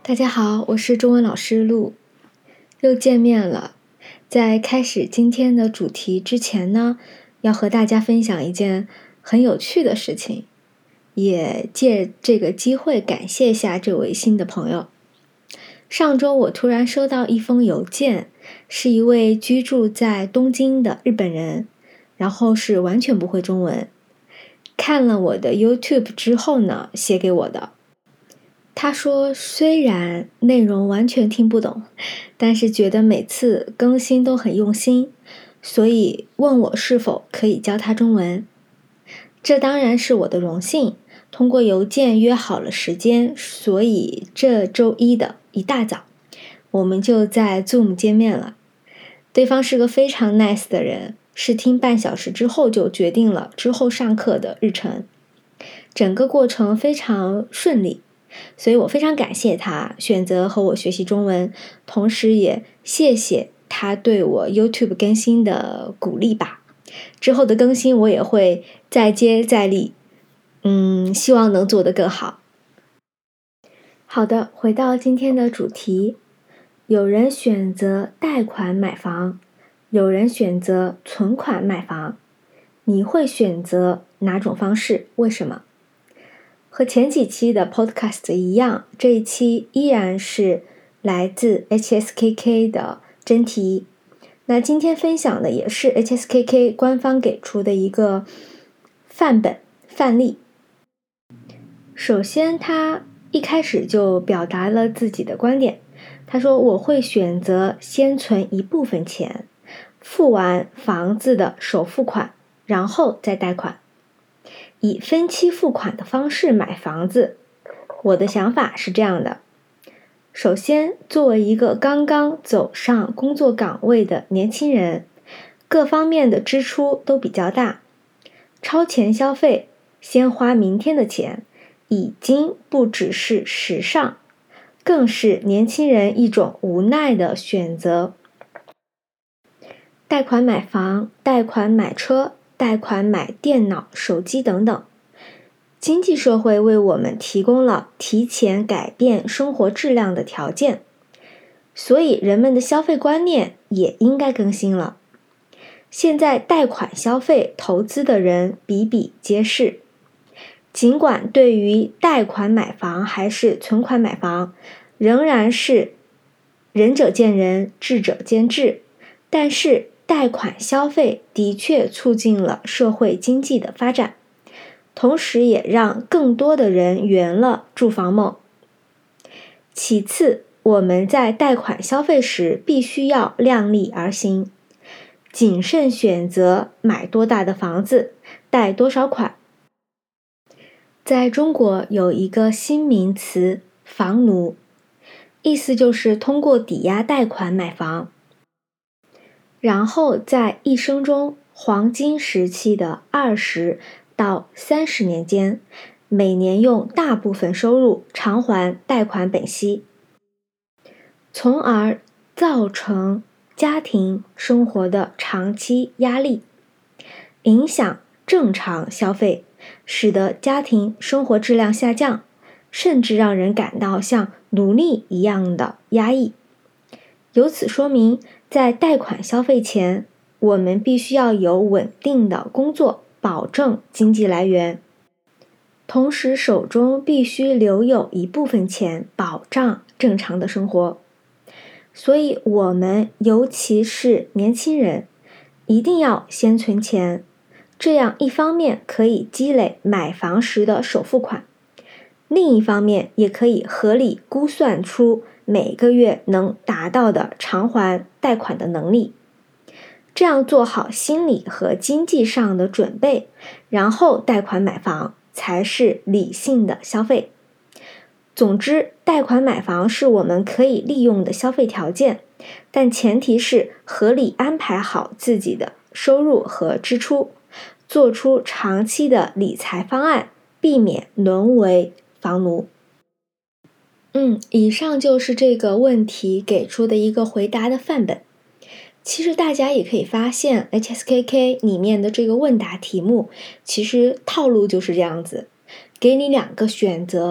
大家好，我是中文老师陆，又见面了。在开始今天的主题之前呢，要和大家分享一件很有趣的事情，也借这个机会感谢一下这位新的朋友。上周我突然收到一封邮件，是一位居住在东京的日本人，然后是完全不会中文，看了我的 YouTube 之后呢，写给我的。他说虽然内容完全听不懂，但是觉得每次更新都很用心，所以问我是否可以教他中文。这当然是我的荣幸，通过邮件约好了时间，所以这周一的一大早，我们就在 Zoom 见面了。对方是个非常 nice 的人，试听半小时之后就决定了之后上课的日程，整个过程非常顺利。所以我非常感谢他选择和我学习中文，同时也谢谢他对我 YouTube 更新的鼓励吧。之后的更新我也会再接再厉，希望能做得更好。好的，回到今天的主题，有人选择贷款买房，有人选择存款买房，你会选择哪种方式？为什么？和前几期的 podcast 一样，这一期依然是来自 HSKK 的真题。那今天分享的也是 HSKK 官方给出的一个范例。首先，他一开始就表达了自己的观点。他说：“我会选择先存一部分钱，付完房子的首付款，然后再贷款。以分期付款的方式买房子。我的想法是这样的：首先，作为一个刚刚走上工作岗位的年轻人，各方面的支出都比较大，超前消费，先花明天的钱，已经不只是时尚，更是年轻人一种无奈的选择。贷款买房，贷款买车，贷款买电脑、手机等等。经济社会为我们提供了提前改变生活质量的条件，所以人们的消费观念也应该更新了。现在贷款消费、投资的人比比皆是。尽管对于贷款买房还是存款买房，仍然是仁者见仁，智者见智，但是贷款消费的确促进了社会经济的发展，同时也让更多的人圆了住房梦。其次，我们在贷款消费时必须要量力而行，谨慎选择买多大的房子，贷多少款。在中国有一个新名词“房奴”，意思就是通过抵押贷款买房，然后在一生中黄金时期的20到30年间，每年用大部分收入偿还贷款本息，从而造成家庭生活的长期压力，影响正常消费，使得家庭生活质量下降，甚至让人感到像奴隶一样的压抑。由此说明，在贷款消费前，我们必须要有稳定的工作，保证经济来源，同时手中必须留有一部分钱，保障正常的生活。所以我们尤其是年轻人，一定要先存钱，这样一方面可以积累买房时的首付款，另一方面也可以合理估算出每个月能达到的偿还贷款的能力。这样做好心理和经济上的准备，然后贷款买房才是理性的消费。总之，贷款买房是我们可以利用的消费条件，但前提是合理安排好自己的收入和支出，做出长期的理财方案，避免沦为房奴。以上就是这个问题给出的一个回答的范本。其实大家也可以发现 HSKK 里面的这个问答题目，其实套路就是这样子，给你2个选择，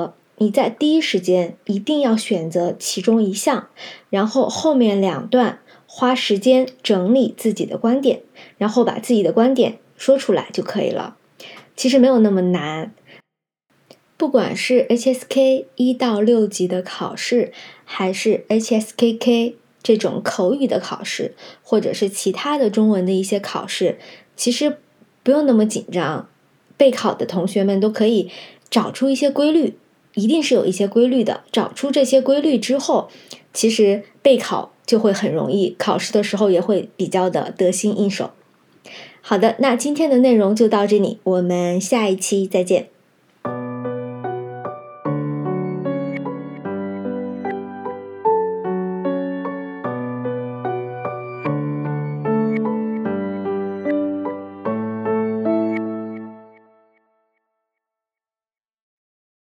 你在第一时间一定要选择其中一项，然后后面2段花时间整理自己的观点，然后把自己的观点说出来就可以了。其实没有那么难。不管是 HSK 1到6级的考试，还是 HSKK 这种口语的考试，或者是其他的中文的一些考试，其实不用那么紧张。备考的同学们都可以找出一些规律，一定是有一些规律的。找出这些规律之后，其实备考就会很容易，考试的时候也会比较的得心应手。好的，那今天的内容就到这里，我们下一期再见。